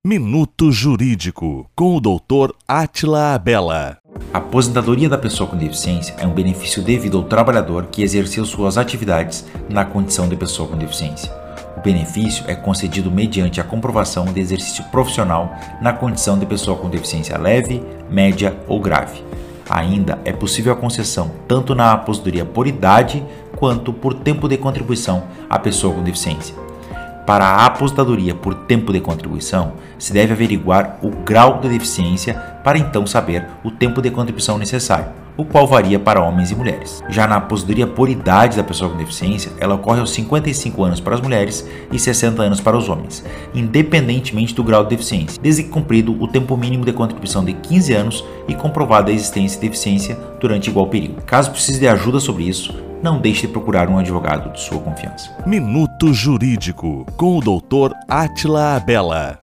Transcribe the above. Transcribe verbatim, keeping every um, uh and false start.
Minuto Jurídico, com o doutor Átila Abela. A aposentadoria da pessoa com deficiência é um benefício devido ao trabalhador que exerceu suas atividades na condição de pessoa com deficiência. O benefício é concedido mediante a comprovação de exercício profissional na condição de pessoa com deficiência leve, média ou grave. Ainda é possível a concessão tanto na aposentadoria por idade quanto por tempo de contribuição à pessoa com deficiência. Para a aposentadoria por tempo de contribuição, se deve averiguar o grau de deficiência para então saber o tempo de contribuição necessário, o qual varia para homens e mulheres. Já na aposentadoria por idade da pessoa com deficiência, ela ocorre aos cinquenta e cinco anos para as mulheres e sessenta anos para os homens, independentemente do grau de deficiência, desde que cumprido o tempo mínimo de contribuição de quinze anos e comprovada a existência de deficiência durante igual período. Caso precise de ajuda sobre isso, não deixe de procurar um advogado de sua confiança. Minuto Jurídico, com o doutor Átila Abela.